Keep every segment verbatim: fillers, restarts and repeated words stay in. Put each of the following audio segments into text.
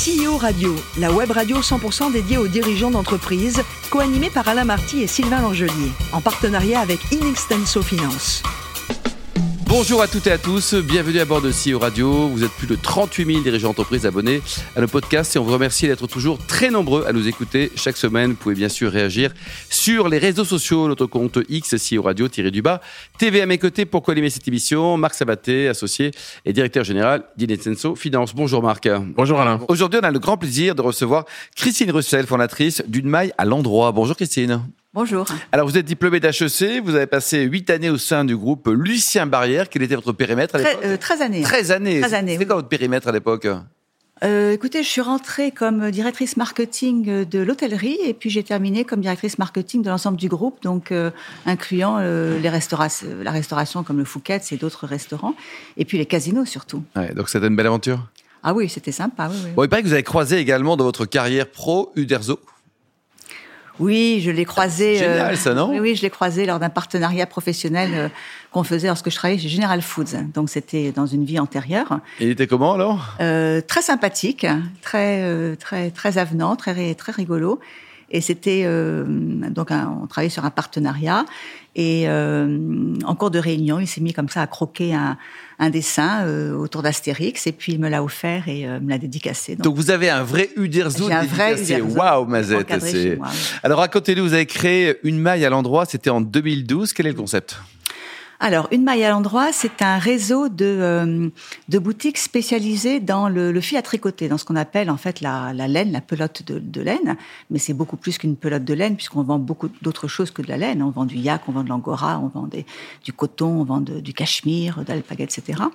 C E O Radio, la web radio cent pour cent dédiée aux dirigeants d'entreprise, co-animée par Alain Marty et Sylvain Langelier, en partenariat avec Inextenso Finance. Bonjour à toutes et à tous, bienvenue à bord de C E O Radio. Vous êtes plus de trente-huit mille dirigeants d'entreprise abonnés à nos podcasts et on vous remercie d'être toujours très nombreux à nous écouter chaque semaine. Vous pouvez bien sûr réagir sur les réseaux sociaux, notre compte X, C E O Radio, tiré du bas, T V à mes côtés pour co-animer cette émission. Marc Sabaté, associé et directeur général d'Inextenso Finance. Bonjour Marc. Bonjour Alain. Aujourd'hui, on a le grand plaisir de recevoir Christine Russell, fondatrice d'Une Maille à l'Endroit. Bonjour Christine. Bonjour. Alors, vous êtes diplômée d'H E C, vous avez passé huit années au sein du groupe Lucien Barrière. Quel était votre périmètre à l'époque ? euh, treize années. treize années. treize années. C'était quoi votre périmètre à l'époque ? euh, Écoutez, je suis rentrée comme directrice marketing de l'hôtellerie et puis j'ai terminé comme directrice marketing de l'ensemble du groupe, donc euh, incluant euh, les restaura- la restauration comme le Fouquet's et d'autres restaurants, et puis les casinos surtout. Ouais, donc c'était une belle aventure. Ah oui, c'était sympa. Oui, oui. Bon, il paraît que vous avez croisé également dans votre carrière pro Uderzo. Oui, je l'ai croisé. Génial, euh, ça, non ? Oui, oui, je l'ai croisé lors d'un partenariat professionnel euh, qu'on faisait lorsque je travaillais chez General Foods. Donc, c'était dans une vie antérieure. Et il était comment alors ? euh, Très sympathique, très, euh, très, très avenant, très, très rigolo. Et c'était euh, donc un, on travaillait sur un partenariat et euh, en cours de réunion, il s'est mis comme ça à croquer un, un dessin euh, autour d'Astérix et puis il me l'a offert et euh, me l'a dédicacé. Donc, donc vous avez un vrai Uderzo J'ai un vrai dédicacé. Uderzo Waouh, Mazette. encadré C'est... chez moi, oui. Alors racontez-nous, vous avez créé Une Maille à l'Endroit, c'était en deux mille douze. Quel est le concept ? Alors, Une Maille à l'Endroit, c'est un réseau de, euh, de boutiques spécialisées dans le, le fil à tricoter, dans ce qu'on appelle en fait la, la laine, la pelote de, de laine. Mais c'est beaucoup plus qu'une pelote de laine, puisqu'on vend beaucoup d'autres choses que de la laine. On vend du yak, on vend de l'angora, on vend des, du coton, on vend de, du cachemire, de l'alpaga, et cetera.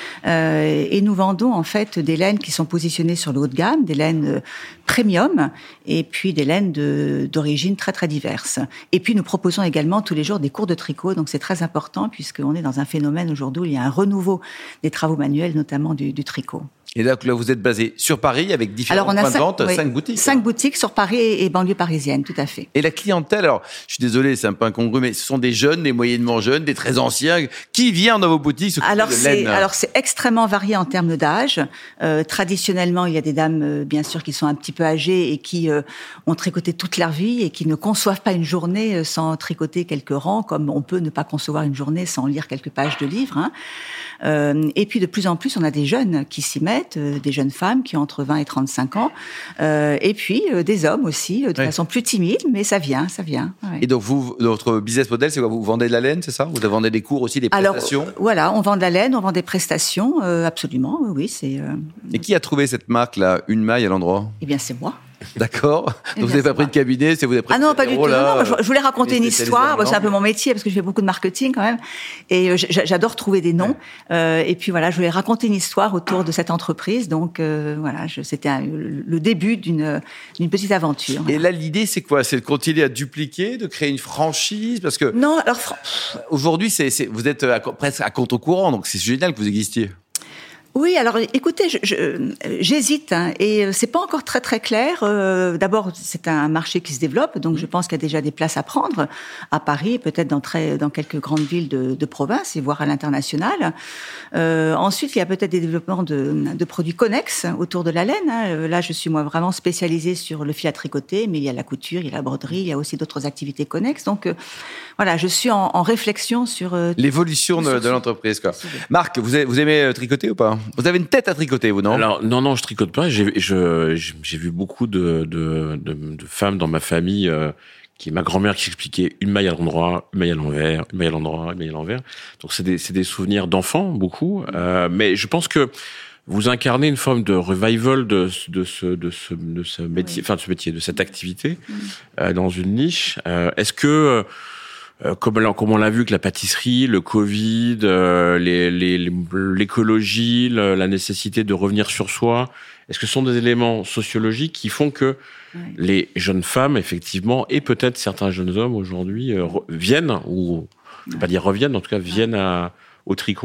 Euh, et nous vendons en fait des laines qui sont positionnées sur le haut de gamme, des laines premium, et puis des laines de, d'origine très très diverses. Et puis nous proposons également tous les jours des cours de tricot, donc c'est très important puisqu'on est dans un phénomène aujourd'hui où il y a un renouveau des travaux manuels, notamment du, du tricot. Et là, là, vous êtes basé sur Paris avec différents alors, on a points cinq, de vente, oui, cinq boutiques. Cinq boutiques sur Paris et, et banlieue parisienne, tout à fait. Et la clientèle, alors, je suis désolé, c'est un peu incongru, mais ce sont des jeunes, des moyennement jeunes, des très anciens. Qui vient dans vos boutiques s'occuper alors de c'est, laine ? alors c'est extrêmement varié en termes d'âge. Euh, traditionnellement, il y a des dames, euh, bien sûr, qui sont un petit peu âgées et qui euh, ont tricoté toute leur vie et qui ne conçoivent pas une journée sans tricoter quelques rangs, comme on peut ne pas concevoir une journée sans lire quelques pages de livres. Hein. Euh, et puis de plus en plus, on a des jeunes qui s'y mettent, euh, des jeunes femmes qui ont entre vingt et trente-cinq ans, euh, et puis euh, des hommes aussi, euh, de ouais. façon plus timide, mais ça vient, ça vient. Ouais. Et donc, vous, votre business model, c'est quoi ? Vous vendez de la laine, c'est ça ? Vous vendez des cours aussi, des prestations ? Alors, voilà, on vend de la laine, on vend des prestations, euh, absolument, oui, c'est... Euh... Et qui a trouvé cette marque-là, Une Maille à l'Endroit ? Eh bien, c'est moi. D'accord. Donc, Eh vous bien, n'avez pas c'est pris de cabinet, c'est vous avez pris Ah non, pas du tout. là, non, non, je, je voulais raconter une histoire. Bon, c'est un peu langue. mon métier parce que je fais beaucoup de marketing quand même. Et euh, j'adore trouver des noms. Ouais. Euh, et puis voilà, je voulais raconter une histoire autour de cette entreprise. Donc euh, voilà, je, c'était un, le début d'une, d'une petite aventure. Et là, l'idée, c'est quoi ? C'est de continuer à dupliquer, de créer une franchise ? Parce que non, alors fran- aujourd'hui, c'est, c'est, vous êtes à, presque à contre-courant, donc c'est génial que vous existiez. Oui, alors écoutez, je, je, j'hésite hein, et c'est pas encore très très clair. Euh, d'abord, c'est un marché qui se développe, donc je pense qu'il y a déjà des places à prendre à Paris, peut-être dans très dans quelques grandes villes de, de province et voire à l'international. Euh, ensuite, il y a peut-être des développements de, de produits connexes autour de la laine. Hein. Là, je suis moi vraiment spécialisée sur le fil à tricoter, mais il y a la couture, il y a la broderie, il y a aussi d'autres activités connexes. Donc euh, voilà, je suis en, en réflexion sur euh, l'évolution de, de l'entreprise. Quoi. Marc, vous, avez, vous aimez tricoter ou pas ? Vous avez une tête à tricoter, vous, non ? Alors, non, non, je tricote pas. J'ai, je, j'ai vu beaucoup de, de, de, de femmes dans ma famille, euh, qui, ma grand-mère qui expliquait une maille à l'endroit, une maille à l'envers, une maille à l'endroit, une maille à l'envers. Donc, c'est des, c'est des souvenirs d'enfants, beaucoup. Euh, mais je pense que vous incarnez une forme de revival de, de ce, de ce, de ce métier, enfin, de ce métier, de cette activité, euh, dans une niche. Euh, est-ce que, euh, Euh, comme, comme on l'a vu avec la pâtisserie, le Covid, euh, les, les, l'écologie, le, la nécessité de revenir sur soi, est-ce que ce sont des éléments sociologiques qui font que ouais. les jeunes femmes, effectivement, et peut-être certains jeunes hommes aujourd'hui, euh, re, viennent, ou je ne vais pas dire reviennent, en tout cas viennent à, au tricot ?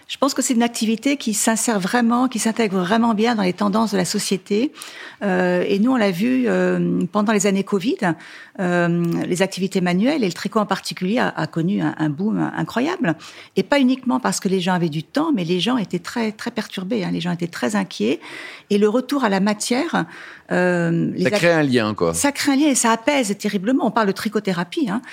Je pense que c'est une activité qui s'insère vraiment, qui s'intègre vraiment bien dans les tendances de la société. Euh, et nous, on l'a vu euh, pendant les années Covid, euh, les activités manuelles et le tricot en particulier a, a connu un, un boom incroyable. Et pas uniquement parce que les gens avaient du temps, mais les gens étaient très très perturbés. Hein, les gens étaient très inquiets. Et le retour à la matière, euh, ça crée un lien, quoi. Ça crée un lien et ça apaise terriblement. On parle de trichothérapie. Hein.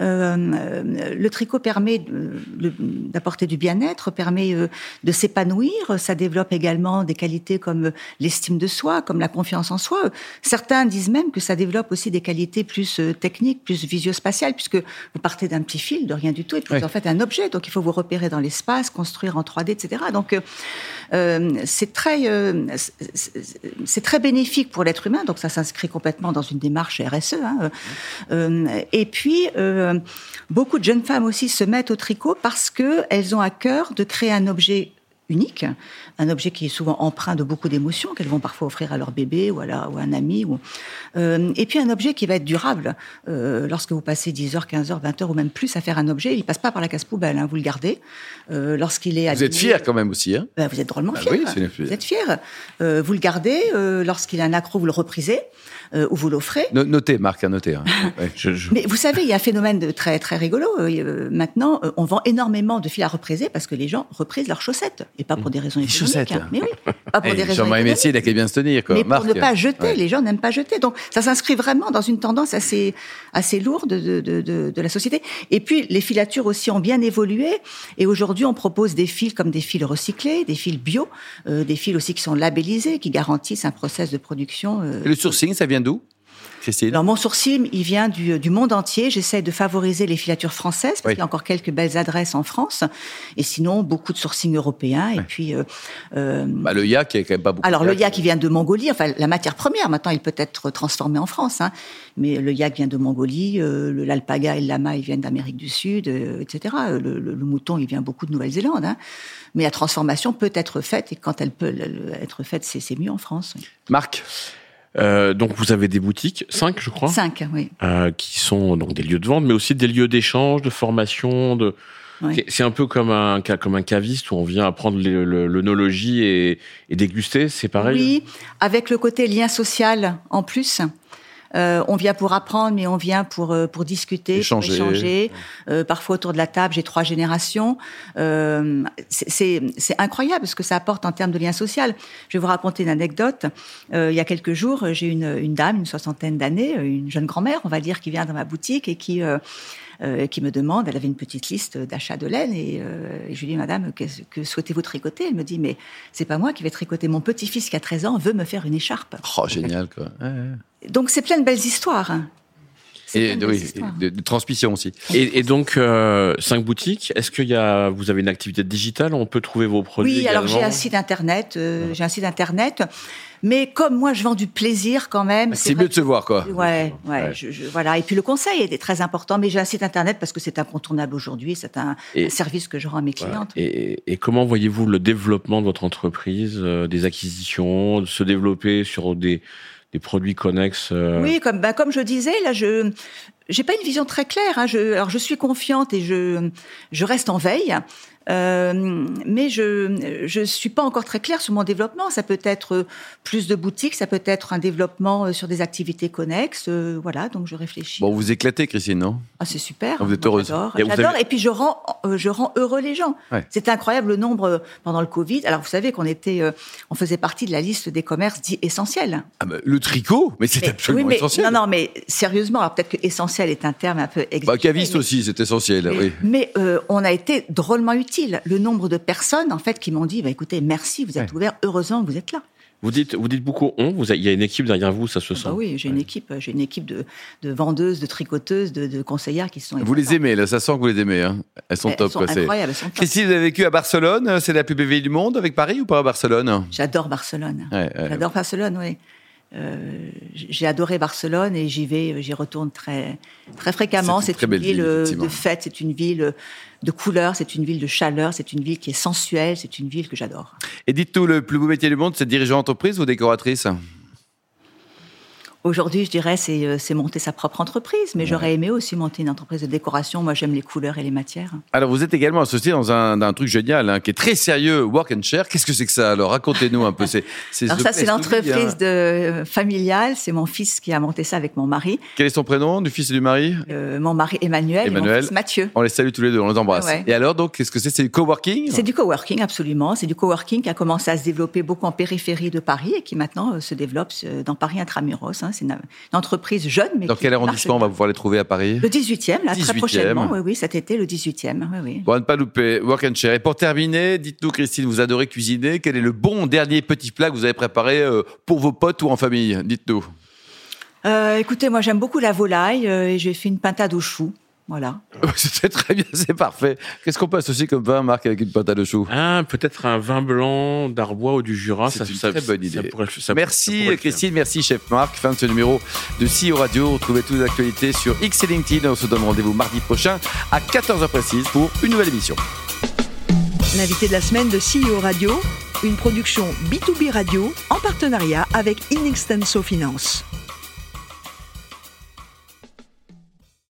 Euh, le tricot permet de, d'apporter du bien-être, permet euh, de s'épanouir. Ça développe également des qualités comme l'estime de soi, comme la confiance en soi. Certains disent même que ça développe aussi des qualités plus euh, techniques, plus visio-spatiales, puisque vous partez d'un petit fil, de rien du tout, et puis oui. vous en faites un objet. Donc il faut vous repérer dans l'espace, construire en trois D, et cetera. Donc euh, c'est très, euh, c'est, c'est très bénéfique pour l'être humain. Donc ça s'inscrit complètement dans une démarche R S E. Hein. Euh, et puis euh, beaucoup de jeunes femmes aussi se mettent au tricot parce qu'elles ont à cœur de créer un objet unique, un objet qui est souvent empreint de beaucoup d'émotions, qu'elles vont parfois offrir à leur bébé ou à, la, ou à un ami. Ou, euh, et puis un objet qui va être durable. Euh, lorsque vous passez dix heures, quinze heures, vingt heures ou même plus à faire un objet, il ne passe pas par la casse-poubelle, hein, vous le gardez. Euh, lorsqu'il est vous abîmé, êtes fier quand même aussi. Hein ben, vous êtes drôlement bah fier. Oui, c'est une... Vous êtes fier. Euh, vous le gardez, euh, lorsqu'il a un accroc, vous le reprisez. Euh, ou vous l'offrez. No- notez, Marc, à noter. Hein. Ouais, je, je... Mais vous savez, il y a un phénomène de très très rigolo. Euh, maintenant, euh, on vend énormément de fils à repriser parce que les gens reprisent leurs chaussettes et pas pour des raisons les économiques. chaussettes. Hein. Mais oui, pas pour hey, des raisons Jean-Marie économiques. Messier, il a qu'à bien se tenir. Quoi. Mais Marc, pour ne pas jeter, ouais. les gens n'aiment pas jeter. Donc ça s'inscrit vraiment dans une tendance assez assez lourde de de, de de la société. Et puis les filatures aussi ont bien évolué. Et aujourd'hui, on propose des fils comme des fils recyclés, des fils bio, euh, des fils aussi qui sont labellisés, qui garantissent un process de production. Euh, et le sourcing, ça vient d'où? Christine. Alors mon sourcil, il vient du, du monde entier. J'essaie de favoriser les filatures françaises parce oui. qu'il y a encore quelques belles adresses en France. Et sinon, beaucoup de sourcing européen. Et oui. puis, euh, euh, bah, le yak, il y a quand même pas beaucoup. Alors de le yak, qui vient de Mongolie. Enfin, la matière première. Maintenant, il peut être transformé en France. Hein. Mais le yak vient de Mongolie. Euh, le, l'alpaga et le lama, ils viennent d'Amérique du Sud, euh, et cetera. Le, le, le mouton, il vient beaucoup de Nouvelle-Zélande. Hein. Mais la transformation peut être faite. Et quand elle peut être faite, c'est, c'est mieux en France. Oui. Marc. Euh, donc vous avez des boutiques, cinq je crois, cinq, oui, euh, qui sont donc des lieux de vente, mais aussi des lieux d'échange, de formation. De oui. C'est un peu comme un comme un caviste où on vient apprendre le, le, l'œnologie et, et déguster, c'est pareil. Oui, avec le côté lien social en plus. Euh, on vient pour apprendre, mais on vient pour euh, pour discuter, échanger. pour échanger. Euh, parfois autour de la table, j'ai trois générations. Euh, c'est, c'est c'est incroyable ce que ça apporte en termes de lien social. Je vais vous raconter une anecdote. Euh, il y a quelques jours, j'ai une une dame, une soixantaine d'années, une jeune grand-mère, on va dire, qui vient dans ma boutique et qui euh, Euh, qui me demande, elle avait une petite liste d'achat de laine et, euh, et je lui dis, madame, que, que souhaitez-vous tricoter? Elle me dit, mais c'est pas moi qui vais tricoter, mon petit-fils qui a treize ans veut me faire une écharpe. Oh, génial, quoi. Ouais, ouais. Donc c'est plein de belles histoires. Hein. Et, de, oui, de, de transmission aussi. Et, et donc, euh, cinq boutiques, est-ce qu'il y a, vous avez une activité digitale? On peut trouver vos produits Oui, également? alors j'ai un site internet, euh, j'ai un site internet. Mais comme moi, je vends du plaisir quand même. C'est, c'est mieux de se voir, quoi. Ouais, ouais. ouais. Je, je, voilà. Et puis le conseil est très important. Mais j'ai un site internet parce que c'est incontournable aujourd'hui. C'est un, et, un service que je rends à mes clientes. Voilà. Et, et comment voyez-vous le développement de votre entreprise, euh, des acquisitions, de se développer sur des, des produits connexes euh... Oui, comme, ben, comme je disais, là, je j'ai pas une vision très claire. Hein. Je, alors, je suis confiante et je, je reste en veille. Euh, mais je je suis pas encore très claire sur mon développement. Ça peut être plus de boutiques, ça peut être un développement sur des activités connexes. Euh, voilà, donc je réfléchis. Bon, vous éclatez, Christine, non? Ah, c'est super. Vous êtes heureuse. J'adore. Et, j'adore. avez... et puis je rends euh, je rends heureux les gens. Ouais. C'est incroyable le nombre pendant le Covid. Alors vous savez qu'on était, euh, on faisait partie de la liste des commerces dits essentiels. Ah bah, le tricot, mais c'est mais, absolument oui, mais, essentiel. Non, non, mais sérieusement, alors peut-être que essentiel est un terme un peu exagéré. Bah, caviste mais, aussi, c'est essentiel. Mais, oui. mais euh, on a été drôlement utile. Le nombre de personnes, en fait, qui m'ont dit, bah, écoutez, merci, vous êtes ouais. ouvert, heureusement que vous êtes là. Vous dites, vous dites beaucoup on. Vous avez, il y a une équipe derrière vous, ça se sent. Ah bah oui, j'ai ouais. une équipe, j'ai une équipe de, de vendeuses, de tricoteuses, de, de conseillères qui sont. Vous les aimez, là, ça sent que vous les aimez. Hein. Elles sont elles top. Sont quoi, incroyables. C'est... Elles sont top. Christine, vous avez vécu à Barcelone. C'est la plus belle ville du monde avec Paris ou pas à Barcelone? J'adore Barcelone. Ouais, ouais. J'adore Barcelone, oui. Euh, j'ai adoré Barcelone et j'y vais, j'y retourne très, très fréquemment. C'est, c'est une, une ville, ville de fête, c'est une ville de couleurs, c'est une ville de chaleur, c'est une ville qui est sensuelle, c'est une ville que j'adore. Et dites-tout, le plus beau métier du monde, c'est dirigeant d'entreprise ou décoratrice? Aujourd'hui, je dirais, c'est, c'est monter sa propre entreprise, mais ouais. j'aurais aimé aussi monter une entreprise de décoration. Moi, j'aime les couleurs et les matières. Alors, vous êtes également associé dans un, un truc génial, hein, qui est très sérieux, Work and Share. Qu'est-ce que c'est que ça? Alors, racontez-nous un peu. C'est, c'est Alors ça, c'est l'entreprise hein. de, familiale. C'est mon fils qui a monté ça avec mon mari. Quel est son prénom, du fils et du mari? euh, Mon mari Emmanuel, Emmanuel et mon fils Mathieu. On les salue tous les deux, on les embrasse. Ouais. Et alors, donc, qu'est-ce que c'est? C'est du coworking? C'est du coworking, absolument. C'est du coworking qui a commencé à se développer beaucoup en périphérie de Paris et qui maintenant euh, se développe dans Paris intramuros. Hein. C'est une, une entreprise jeune, mais dans quel arrondissement on va pouvoir les trouver à Paris? Le dix-huitième, là, dix-huitième. Très prochainement. Oui, oui, cet été, le dix-huitième. Oui, oui. Bon, à ne pas louper, Work and Share. Et pour terminer, dites-nous, Christine, vous adorez cuisiner. Quel est le bon dernier petit plat que vous avez préparé euh, pour vos potes ou en famille? Dites-nous. Euh, écoutez, moi, j'aime beaucoup la volaille euh, et j'ai fait une pintade aux choux. Voilà. C'est très bien, c'est parfait. Qu'est-ce qu'on peut associer comme vin, Marc, avec une pintade de choux? Ah, peut-être un vin blanc d'Arbois ou du Jura. C'est ça, une ça, très bonne idée. Ça pourrait, ça, merci ça Christine, merci chef Marc. Fin de ce numéro de C I O Radio. Retrouvez toutes les actualités sur X et LinkedIn. On se donne rendez-vous mardi prochain à quatorze heures précise pour une nouvelle émission. L'invité de la semaine de C I O Radio, une production B deux B Radio en partenariat avec Inextenso Finance.